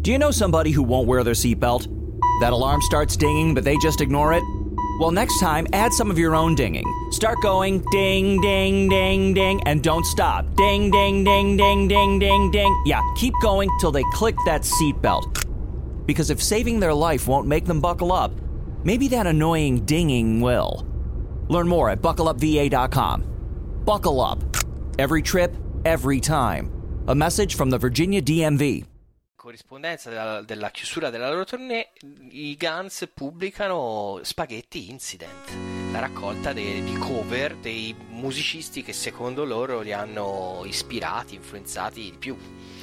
Do you know somebody who won't wear their seatbelt? That alarm starts dinging, but they just ignore it? Well, next time, add some of your own dinging. Start going ding, ding, ding, ding, and don't stop. Ding, ding, ding, ding, ding, ding, ding. Yeah, keep going till they click that seatbelt. Because if saving their life won't make them buckle up, maybe that annoying dinging will. Learn more at buckleupva.com. Buckle up. Every trip, every time. A message from the Virginia DMV. Corrispondenza della chiusura della loro tournée, i Guns pubblicano Spaghetti Incident, la raccolta di cover dei musicisti che secondo loro li hanno ispirati, influenzati di più.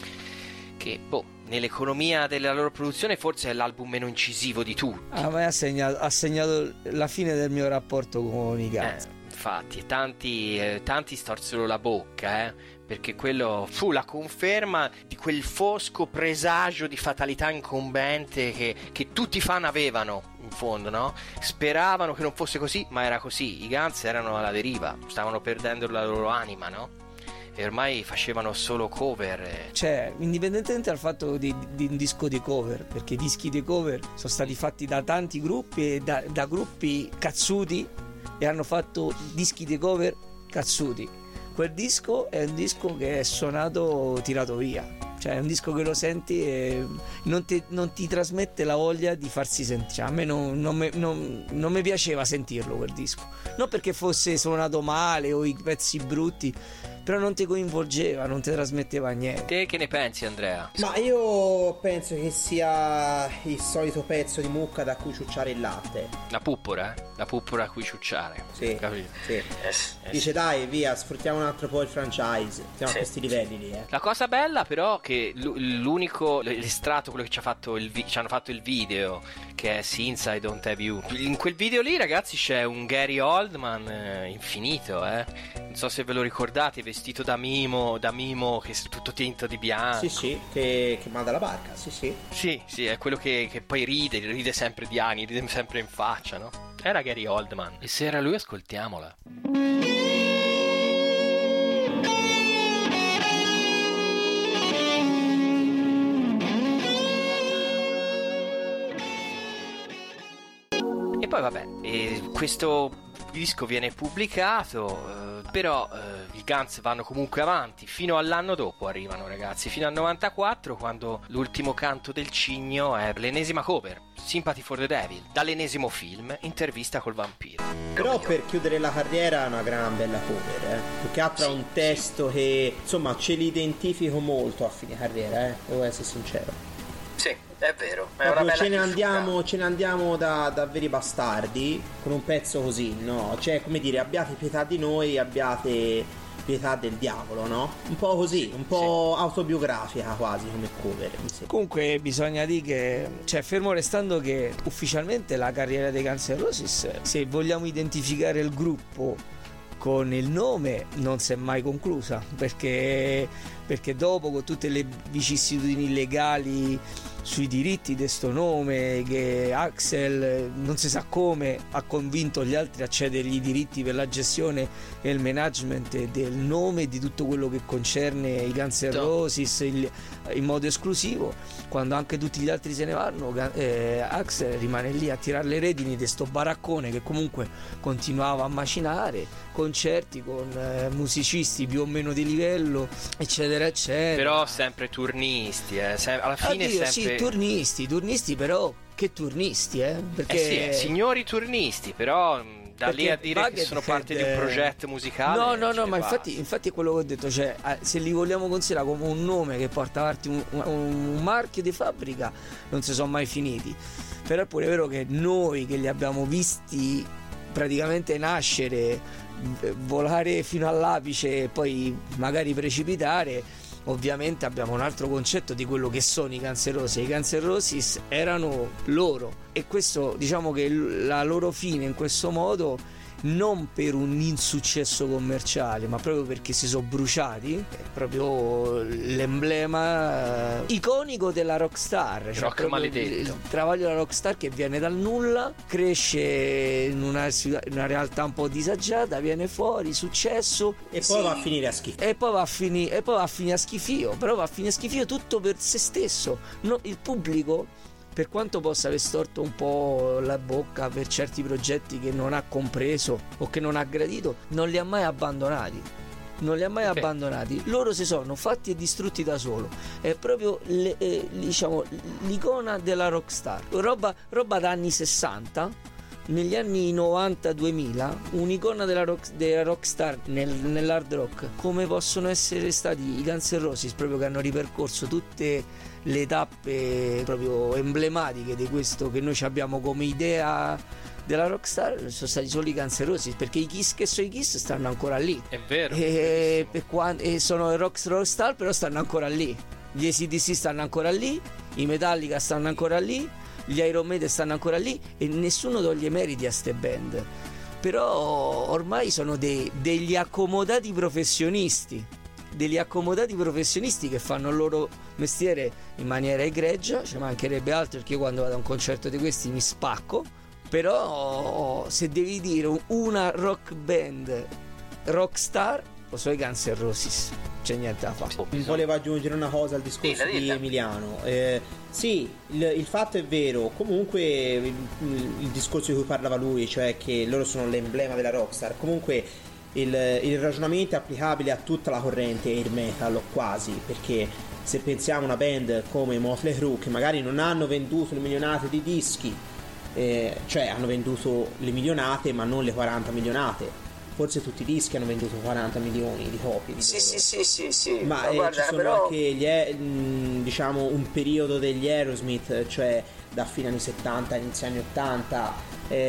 Che, nell'economia della loro produzione forse è l'album meno incisivo di tutti. A me ha segnato la fine del mio rapporto con i Guns. Infatti, tanti storsero la bocca, perché quello fu la conferma di quel fosco presagio di fatalità incombente che tutti i fan avevano, in fondo, no? Speravano che non fosse così, ma era così. I Guns erano alla deriva, stavano perdendo la loro anima, no? E ormai facevano solo cover. Cioè, indipendentemente dal fatto di un disco di cover, perché i dischi di cover sono stati fatti da tanti gruppi e da gruppi cazzuti, e hanno fatto dischi di cover cazzuti. Quel disco è un disco che è suonato tirato via, cioè è un disco che lo senti e non ti trasmette la voglia di farsi sentire. Cioè, a me non mi piaceva sentirlo quel disco, non perché fosse suonato male o i pezzi brutti, però non ti coinvolgeva, non ti trasmetteva niente. Te che ne pensi, Andrea? Ma io penso che sia il solito pezzo di mucca da cui ciucciare il latte. La pupora a cui ciucciare. Sì, sì. Dice dai, via, sfruttiamo un altro po' il franchise. Siamo a questi livelli lì, La cosa bella però che l'estratto, quello che ci hanno fatto il video, che è Since I Don't Have You, in quel video lì, ragazzi, c'è un Gary Oldman infinito, non so se ve lo ricordate, vestito da mimo che è tutto tinto di bianco. Sì, che manda la barca, sì. Sì, è quello che poi ride sempre di anni, ride sempre in faccia, no? Era Gary Oldman. E se era lui, ascoltiamola. E poi vabbè, questo disco viene pubblicato, però i Guns vanno comunque avanti, fino all'anno dopo arrivano, ragazzi, fino al 94, quando l'ultimo canto del cigno è l'ennesima cover, Sympathy for the Devil, dall'ennesimo film Intervista col vampiro. Però per chiudere la carriera è una gran bella cover, perché apre un testo che, insomma, ce li identifico molto a fine carriera, devo essere sincero. Sì, è vero. È proprio una bella ce ne andiamo da veri bastardi con un pezzo così, no? Cioè, come dire, abbiate pietà di noi, abbiate pietà del diavolo, no? Un po' così, un po' autobiografica quasi come cover. Comunque bisogna dire che, cioè, fermo restando che ufficialmente la carriera dei Guns N' Roses, se vogliamo identificare il gruppo con il nome, non si è mai conclusa, perché dopo, con tutte le vicissitudini legali sui diritti di sto nome, che Axl non si sa come ha convinto gli altri a cedergli i diritti per la gestione e il management del nome e di tutto quello che concerne i Guns N' Roses in modo esclusivo, quando anche tutti gli altri se ne vanno, Axl rimane lì a tirare le redini di sto baraccone che comunque continuava a macinare concerti con musicisti più o meno di livello, eccetera eccetera. Però sempre turnisti, alla fine. Addio, sempre sì, turnisti, però che turnisti, perché signori turnisti, però da lì a dire che sono parte di un progetto musicale. No, ma infatti è quello che ho detto, cioè, se li vogliamo considerare come un nome che porta avanti un marchio di fabbrica, non si sono mai finiti. Però è pure vero che noi che li abbiamo visti praticamente nascere, volare fino all'apice e poi magari precipitare, ovviamente abbiamo un altro concetto di quello che sono i Guns N' Roses. I Guns N' Roses erano loro, e questo, diciamo che la loro fine in questo modo non per un insuccesso commerciale, ma proprio perché si sono bruciati. È proprio l'emblema iconico della rockstar, cioè rock maledetto. Il travaglio della rockstar che viene dal nulla, cresce in una realtà un po' disagiata, viene fuori, successo e poi va a finire a schifo. E poi va a finire a schifio, però va a finire a schifio tutto per se stesso. Il pubblico, per quanto possa aver storto un po' la bocca per certi progetti che non ha compreso o che non ha gradito, non li ha mai abbandonati. Loro si sono fatti e distrutti da solo. È proprio diciamo l'icona della rockstar, roba da anni 60. Negli anni 90-2000 un'icona della rockstar nell'hard rock, come possono essere stati i Guns N' Roses, proprio che hanno ripercorso tutte le tappe proprio emblematiche di questo che noi abbiamo come idea della rockstar. Sono stati solo i Guns N' Roses, perché i Kiss, che sono i Kiss, stanno ancora lì, è vero, e sono rockstar, però stanno ancora lì. Gli AC/DC stanno ancora lì, i Metallica stanno ancora lì, gli Iron Maiden stanno ancora lì, e nessuno toglie meriti a ste band. Però ormai sono degli accomodati professionisti che fanno il loro mestiere in maniera egregia. Ci mancherebbe altro, perché io quando vado a un concerto di questi mi spacco. Però se devi dire una rock band rockstar, lo so, i Guns N' Roses, c'è niente da fare. Volevo aggiungere una cosa al discorso di Emiliano. Sì, il fatto è vero. Comunque il discorso di cui parlava lui, cioè che loro sono l'emblema della rockstar, comunque il ragionamento è applicabile a tutta la corrente air metal, o quasi, perché se pensiamo a una band come Motley Crue, che magari non hanno venduto le milionate di dischi, cioè hanno venduto le milionate ma non le 40 milionate, forse tutti i dischi hanno venduto 40 milioni di copie di sì. Ma guarda, ci sono però anche diciamo un periodo degli Aerosmith, cioè da fine anni 70 inizio anni 80,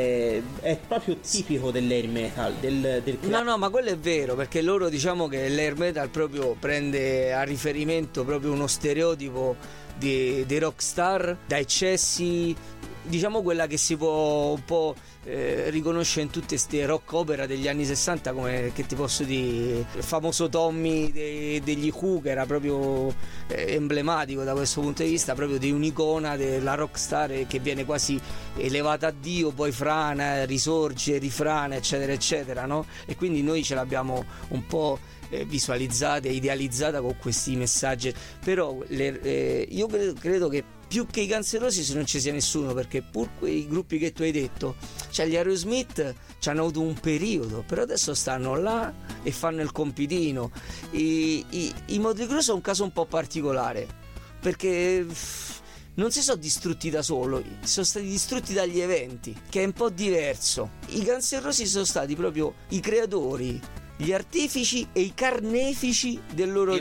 è proprio tipico dell'air metal, no, ma quello è vero, perché loro, diciamo che l'air metal proprio prende a riferimento proprio uno stereotipo di rockstar da eccessi, diciamo quella che si può un po' riconosce in tutte queste rock opera degli anni 60, come, che ti posso dire, il famoso Tommy degli Who, che era proprio emblematico da questo punto di vista, proprio di un'icona della rockstar che viene quasi elevata a Dio, poi frana, risorge, rifrana, eccetera eccetera, no? E quindi noi ce l'abbiamo un po' visualizzata e idealizzata con questi messaggi. Però io credo che più che i Guns N' Roses non ci sia nessuno, perché pur quei gruppi che tu hai detto, cioè gli Aerosmith ci hanno avuto un periodo, però adesso stanno là e fanno il compitino. I Motley Crue sono un caso un po' particolare, perché non si sono distrutti da solo, sono stati distrutti dagli eventi, che è un po' diverso. I Guns N' Roses sono stati proprio i creatori, gli artefici e i carnefici del loro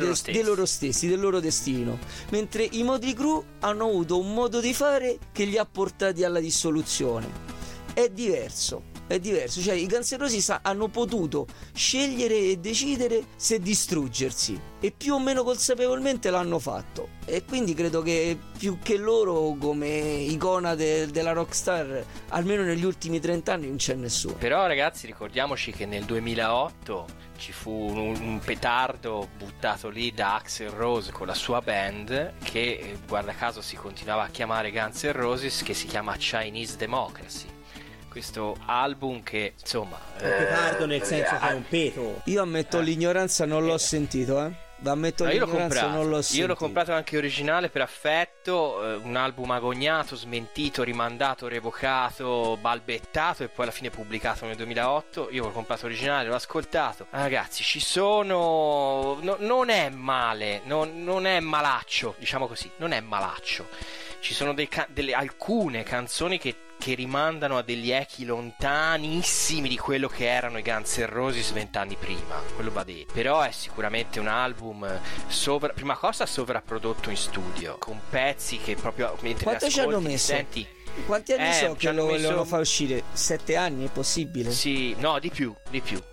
destino, mentre i Motley Crue hanno avuto un modo di fare che li ha portati alla dissoluzione. È diverso, cioè i Guns N' Roses hanno potuto scegliere e decidere se distruggersi, e più o meno consapevolmente l'hanno fatto, e quindi credo che più che loro come icona della rockstar, almeno negli ultimi 30 anni, non c'è nessuno. Però ragazzi, ricordiamoci che nel 2008 ci fu un petardo buttato lì da Axl Rose con la sua band, che guarda caso si continuava a chiamare Guns N' Roses, che si chiama Chinese Democracy. Questo album che insomma petardo nel senso che è un peto. Io ammetto l'ignoranza, non l'ho sentito, ammetto l'ignoranza, non l'ho sentito. Io l'ho comprato anche originale per affetto, un album agognato, smentito, rimandato, revocato, balbettato e poi alla fine pubblicato nel 2008. Io l'ho comprato originale, l'ho ascoltato. Ragazzi, ci sono non è male, non è malaccio, diciamo così, non è malaccio. Ci sono alcune canzoni che rimandano a degli echi lontanissimi di quello che erano i Guns N' Roses 20 anni prima, quello va detto. Però è sicuramente un album prima cosa sovrapprodotto in studio, con pezzi che proprio mentre quanto ci hanno messo? Senti, quanti anni so che lo volevano far uscire? 7 anni, è possibile? Sì, no, di più.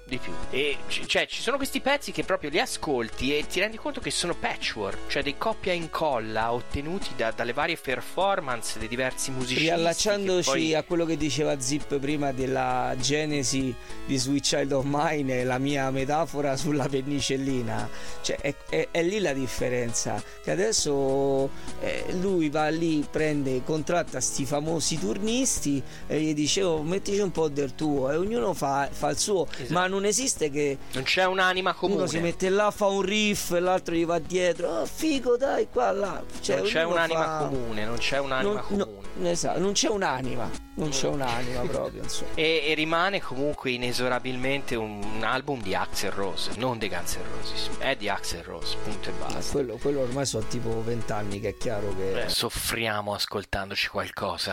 E cioè ci sono questi pezzi che proprio li ascolti e ti rendi conto che sono patchwork, cioè dei copia e incolla ottenuti dalle varie performance dei diversi musicisti. Riallacciandoci poi... a quello che diceva Zip prima della genesi di Sweet Child of Mine, la mia metafora sulla pennicellina, cioè è lì la differenza, che adesso lui va lì, prende, contratta sti famosi turnisti e gli dice mettici un po' del tuo, e ognuno fa il suo, esatto. Ma non esiste che non c'è un'anima comune, uno si mette là, fa un riff e l'altro gli va dietro, figo dai, qua là, cioè, non c'è un'anima comune, non c'è un'anima comune. Esatto, non c'è un'anima proprio, insomma. E rimane comunque inesorabilmente un album di Axl Rose, non dei Guns N' Roses, è di Axl Rose, punto e basta. Quello ormai sono tipo 20 anni che è chiaro che soffriamo ascoltandoci qualcosa.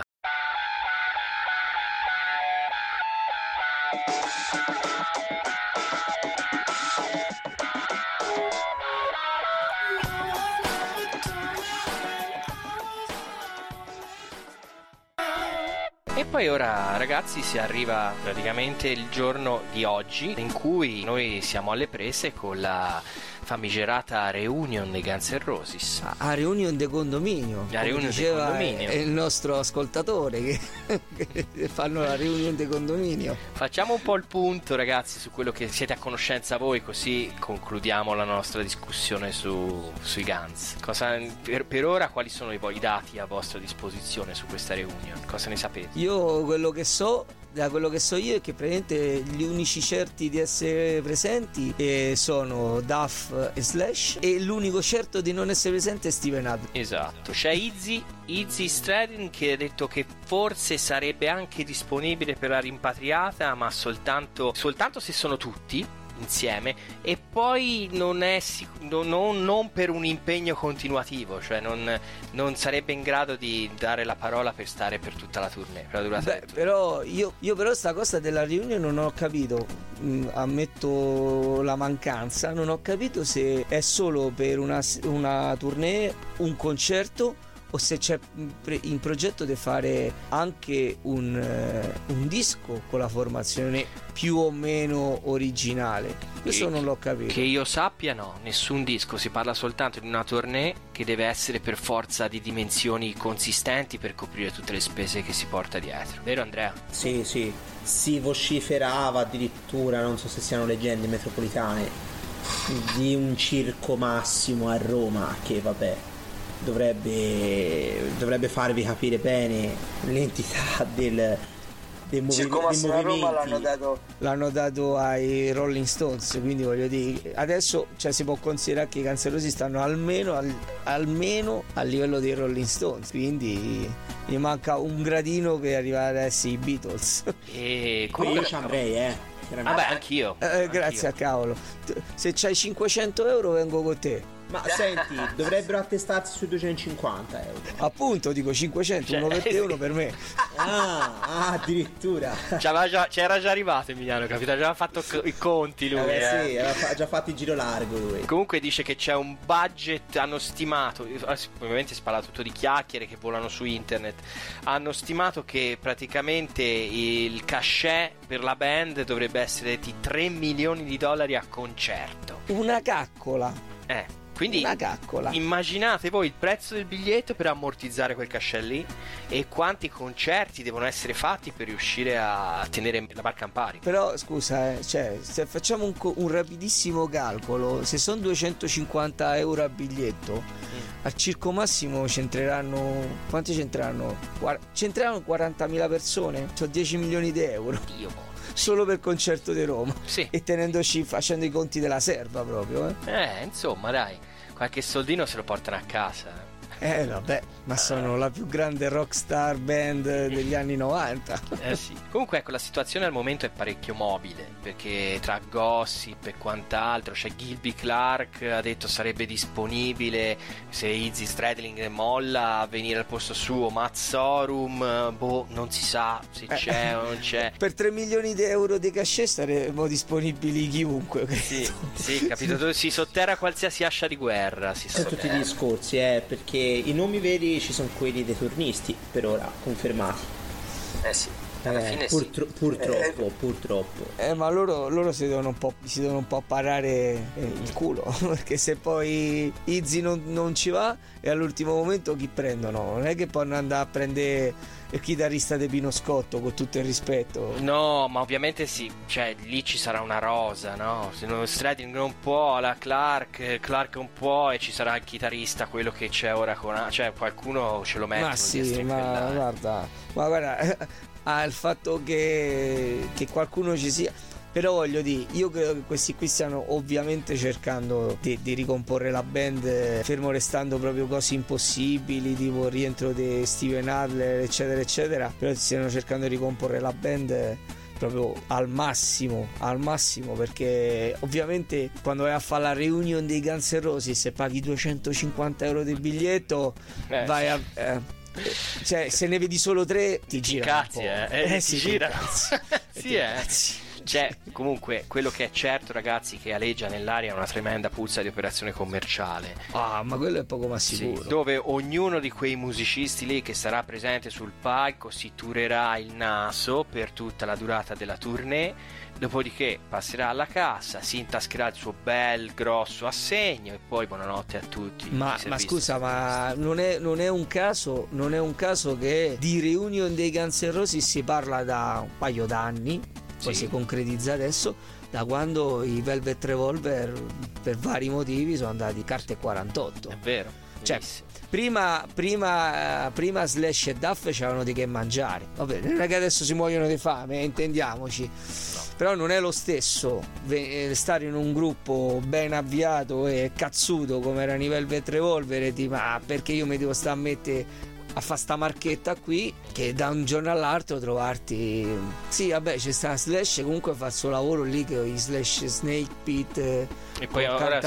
E poi ora, ragazzi, si arriva praticamente il giorno di oggi in cui noi siamo alle prese con la famigerata reunion dei Guns N' Roses. A reunion de condominio, la reunion diceva de condominio. È il nostro ascoltatore che fanno la reunion de condominio. Facciamo un po' il punto, ragazzi, su quello che siete a conoscenza voi, così concludiamo la nostra discussione sui Guns. Per ora quali sono i dati a vostra disposizione su questa reunion? Cosa ne sapete? Io quello che so io è che praticamente gli unici certi di essere presenti sono Duff e Slash, e l'unico certo di non essere presente è Steven Adler. Esatto, c'è Izzy Stradlin che ha detto che forse sarebbe anche disponibile per la rimpatriata, ma soltanto se sono tutti insieme, e poi non per un impegno continuativo, cioè non sarebbe in grado di dare la parola per stare per tutta la tournée, per la durata del tournée. Però io però sta cosa della riunione non ho capito, ammetto la mancanza, non ho capito se è solo per una tournée, un concerto, o se c'è in progetto di fare anche un disco con la formazione più o meno originale. Questo non l'ho capito. Che io sappia, no, nessun disco, si parla soltanto di una tournée che deve essere per forza di dimensioni consistenti per coprire tutte le spese che si porta dietro. Vero, Andrea? Sì, si vociferava addirittura, non so se siano leggende metropolitane, di un circo massimo a Roma, che vabbè dovrebbe farvi capire bene l'entità dei movimenti. L'hanno dato ai Rolling Stones, quindi voglio dire, adesso si può considerare che i Guns N' Roses stanno almeno al livello dei Rolling Stones, quindi gli manca un gradino per arrivare a essere i Beatles. E io ci andrei, vabbè, anch'io. Grazie a cavolo. Se c'hai 500 euro vengo con te. Ma senti, dovrebbero attestarsi sui 250 euro. Appunto, dico 500, uno per te, uno per me. Addirittura. C'era già arrivato Emiliano, capito? Aveva fatto i conti lui. Sì, aveva già fatto il giro largo lui. Comunque dice che c'è un budget, hanno stimato, ovviamente si parla tutto di chiacchiere che volano su internet, hanno stimato che praticamente il cachet per la band dovrebbe essere di $3 milioni a concerto. Una caccola. Quindi una caccola. Immaginate voi il prezzo del biglietto per ammortizzare quel cachet lì e quanti concerti devono essere fatti per riuscire a tenere la barca in pari. Però scusa, se facciamo un rapidissimo calcolo, se sono 250 euro a biglietto, al Circo Massimo c'entreranno 40.000 persone, sono 10 milioni di euro. Solo per il concerto di Roma. Sì. E facendo i conti della serva proprio. Insomma, dai, qualche soldino se lo portano a casa. Vabbè, ma sono la più grande rockstar band degli anni 90. Sì. Comunque ecco, la situazione al momento è parecchio mobile, perché tra gossip e quant'altro c'è Gilby Clark, ha detto sarebbe disponibile se Izzy Stradlin molla a venire al posto suo. Matt Sorum, non si sa se c'è o non c'è. Per 3 milioni di euro di cachet saremmo disponibili chiunque, credo. Sì, capito, si sotterra qualsiasi ascia di guerra. Sono tutti i discorsi, perché i nomi veri ci sono quelli dei turnisti, per ora confermati. Sì. alla fine sì. Purtroppo. Ma loro si devono un po' parare il culo, perché se poi Izzy non ci va, e all'ultimo momento chi prendono? Non è che possono andare a prendere il chitarrista di Pino Scotto, con tutto il rispetto. No, ma ovviamente sì, cioè lì ci sarà una rosa, no? Se non Stradlin non può, la Clark un po', e ci sarà il chitarrista, quello che c'è ora cioè qualcuno ce lo mette. Ma sì, ma guarda il fatto che qualcuno ci sia. Però voglio dire, io credo che questi qui stiano ovviamente cercando di ricomporre la band, fermo restando proprio cose impossibili, tipo il rientro di Steven Adler, eccetera eccetera. Però stiano cercando di ricomporre la band proprio al massimo, perché ovviamente quando vai a fare la reunion dei Guns N' Roses e paghi 250 euro del biglietto, vai a... cioè, se ne vedi solo 3 ti girano cazzi, si girano. Sì, cazzi. Cioè, comunque, quello che è certo, ragazzi, che aleggia nell'aria è una tremenda puzza di operazione commerciale. Ma quello è poco ma sicuro. Sì, dove ognuno di quei musicisti lì che sarà presente sul palco si turerà il naso per tutta la durata della tournée, dopodiché passerà alla cassa, si intascherà il suo bel grosso assegno e poi buonanotte a tutti. Ma scusa, ma non è un caso che di reunion dei Guns N' Roses si parla da un paio d'anni. Poi si concretizza adesso, da quando i Velvet Revolver per vari motivi sono andati carte 48. È vero. Cioè, prima Slash e Duff c'erano di che mangiare. Vabbè, non è che adesso si muoiono di fame, intendiamoci. No. Però non è lo stesso stare in un gruppo ben avviato e cazzuto come erano i Velvet Revolver e di ma perché io mi devo stare a mettere a fare sta marchetta qui, che da un giorno all'altro trovarti. Sì, vabbè, c'è sta Slash, comunque fa il suo lavoro lì, che i Slash Snake Pit, e poi ora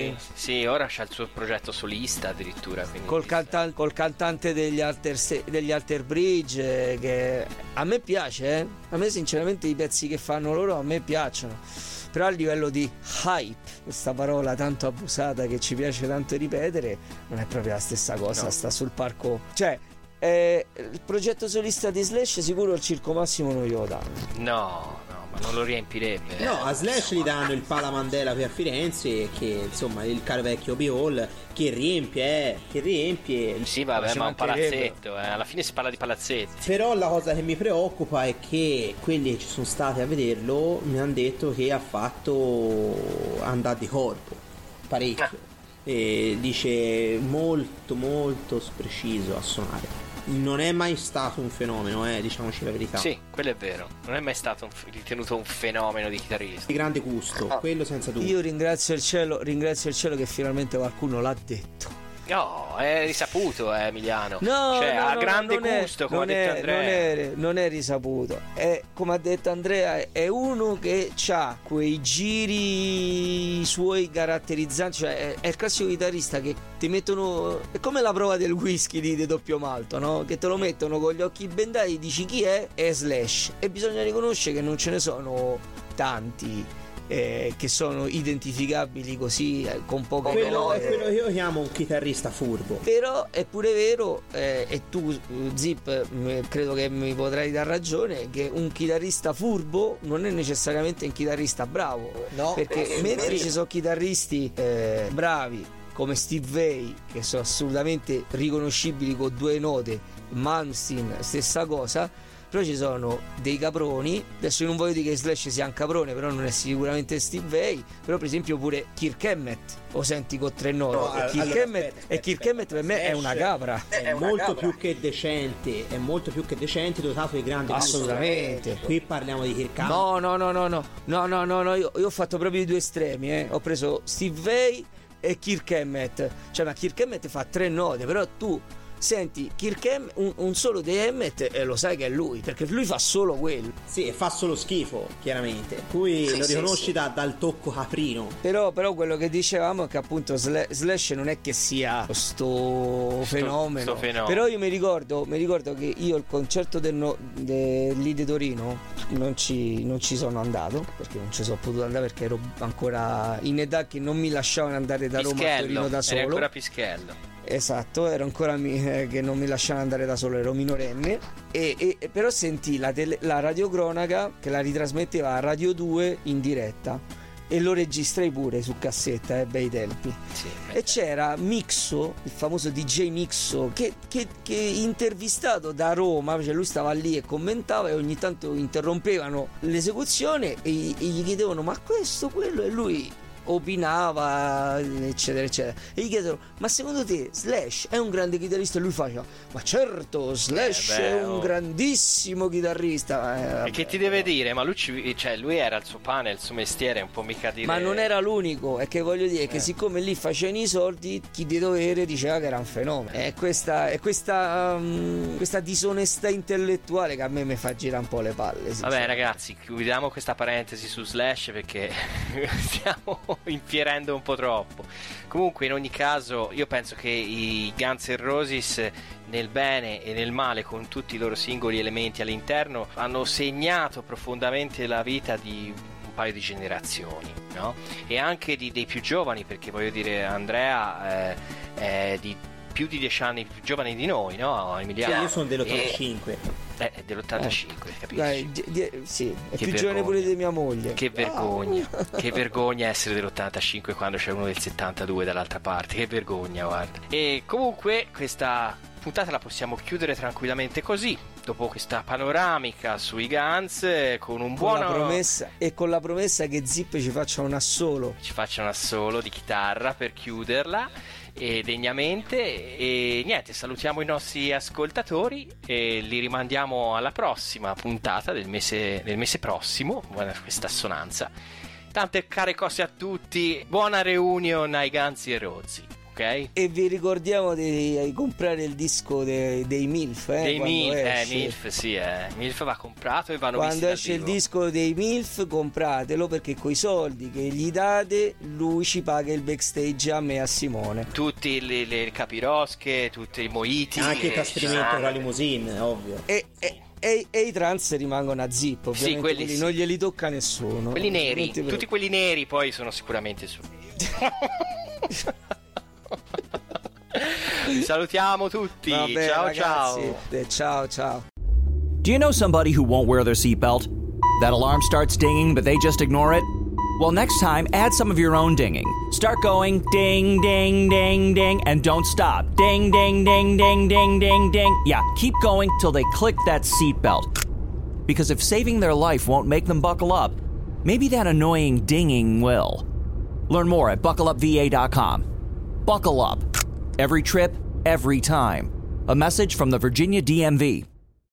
ora c'ha il suo progetto solista addirittura, col cantante degli Alter Bridge, che a me piace, a me sinceramente i pezzi che fanno loro a me piacciono. Però a livello di hype, questa parola tanto abusata che ci piace tanto ripetere, non è proprio la stessa cosa. No. Sta sul palco, cioè il progetto solista di Slash sicuro il Circo Massimo non glielo danno. No, ma non lo riempirebbe. No, a Slash gli danno il Pala Mandela qui a Firenze, che insomma il caro vecchio B-Hall che riempie. Sì, vabbè, ma un palazzetto, alla fine si parla di palazzetti. Però la cosa che mi preoccupa è che quelli che ci sono stati a vederlo mi hanno detto che ha fatto andare di corpo parecchio. E dice molto preciso a suonare. Non è mai stato un fenomeno, diciamoci la verità. Sì, quello è vero. Non è mai stato ritenuto un fenomeno di chitarrista di grande gusto, quello senza dubbio. Io ringrazio il cielo che finalmente qualcuno l'ha detto. No, è risaputo, Emiliano. Ha grande gusto, come ha detto Andrea. Non è risaputo. È, come ha detto Andrea, è uno che ha quei giri suoi caratterizzanti. Cioè, è il classico chitarrista che ti mettono. È come la prova del whisky di doppio malto, no? Che te lo mettono con gli occhi bendati, dici chi è Slash. E bisogna riconoscere che non ce ne sono tanti. Che sono identificabili così con poche quello è quello che io chiamo un chitarrista furbo. Però è pure vero, e tu Zip credo che mi potrai dar ragione, che un chitarrista furbo non è necessariamente un chitarrista bravo, no, perché mentre ci sono chitarristi bravi come Steve Vai, che sono assolutamente riconoscibili con 2 note, Malmsteen stessa cosa. Però ci sono dei caproni. Adesso io non voglio dire che Slash sia un caprone, però non è sicuramente Steve Vai. Però per esempio pure Kirk Hammett lo senti con 3 note. No, Kirk Hammett per me è una capra. È molto più che decente. È molto più che decente, dotato di grande gusto. Assolutamente. Qui parliamo di Kirk Hammett. No, io ho fatto proprio i 2 estremi. Ho preso Steve Vai e Kirk Hammett. Cioè, ma Kirk Hammett fa 3 note, però tu senti Kirk un solo di Hammett e lo sai che è lui, perché lui fa solo quello. Sì, e fa solo schifo, chiaramente. Cui lo riconosci dal tocco caprino. Però quello che dicevamo è che appunto Slash non è che sia questo fenomeno. Però io mi ricordo che io il concerto lì di Torino non ci sono andato, perché non ci sono potuto andare, perché ero ancora in età che non mi lasciavano andare da Roma a Torino da solo. Era ancora Pischello. Esatto, ero ancora che non mi lasciava andare da solo, ero minorenne e però sentì la radiocronaca che la ritrasmetteva a Radio 2 in diretta e lo registrai pure su cassetta, bei tempi. Sì, e c'era Mixo, il famoso DJ Mixo, che intervistato da Roma, cioè lui stava lì e commentava e ogni tanto interrompevano l'esecuzione e gli chiedevano ma questo, quello, e lui opinava, eccetera eccetera, e gli chiedono ma secondo te Slash è un grande chitarrista? E lui faceva ma certo, Slash è un grandissimo chitarrista. E che ti deve dire? Ma lui era il suo pane, il suo mestiere, un po' mica dire. Ma non era l'unico, è che voglio dire che siccome lì facevano i soldi, chi di dovere diceva che era un fenomeno. È questa disonestà intellettuale che a me mi fa girare un po' le palle. Vabbè ragazzi, chiudiamo questa parentesi su Slash perché stiamo infierendo un po' troppo. Comunque in ogni caso io penso che i Guns N' Roses nel bene e nel male, con tutti i loro singoli elementi all'interno, hanno segnato profondamente la vita di un paio di generazioni, no? E anche dei più giovani, perché voglio dire Andrea è di più di 10 anni più giovane di noi, no Emiliano? Sì, io sono dell'85. Dell'85, capisci? Dai, sì, è Che più giovane pure di mia moglie. Che vergogna, che vergogna essere dell'85 quando c'è uno del 72 dall'altra parte, che vergogna, guarda. E comunque questa puntata la possiamo chiudere tranquillamente così, dopo questa panoramica sui Guns, con un buon promessa, e con la promessa che Zip ci faccia un assolo di chitarra per chiuderla e degnamente. E niente, salutiamo i nostri ascoltatori e li rimandiamo alla prossima puntata del mese prossimo. Buona questa assonanza. Tante care cose a tutti, buona reunion ai Guns N' Roses. Okay. E vi ricordiamo di comprare il disco dei MILF, dei MILF, sì, MILF va comprato e vanno visti quando esce il disco dei MILF, compratelo, perché coi soldi che gli date lui ci paga il backstage a me e a Simone, tutti le capirosche, tutti i moiti, anche il trasferimento con la limousine, ovvio, e i trans rimangono a Zip, ovviamente. Sì, quelli sì. Non glieli tocca nessuno, quelli neri, tutti quelli neri poi sono sicuramente su. Salutiamo tutti. Vabbè, ciao ragazzi. Ciao. Do you know somebody who won't wear their seatbelt? That alarm starts dinging but they just ignore it? Well, next time add some of your own dinging. Start going ding ding ding ding and don't stop. Ding ding ding ding ding ding ding. Yeah, keep going till they click that seatbelt. Because if saving their life won't make them buckle up, maybe that annoying dinging will. Learn more at buckleupva.com. Buckle up. Every trip, every time. A message from the Virginia DMV.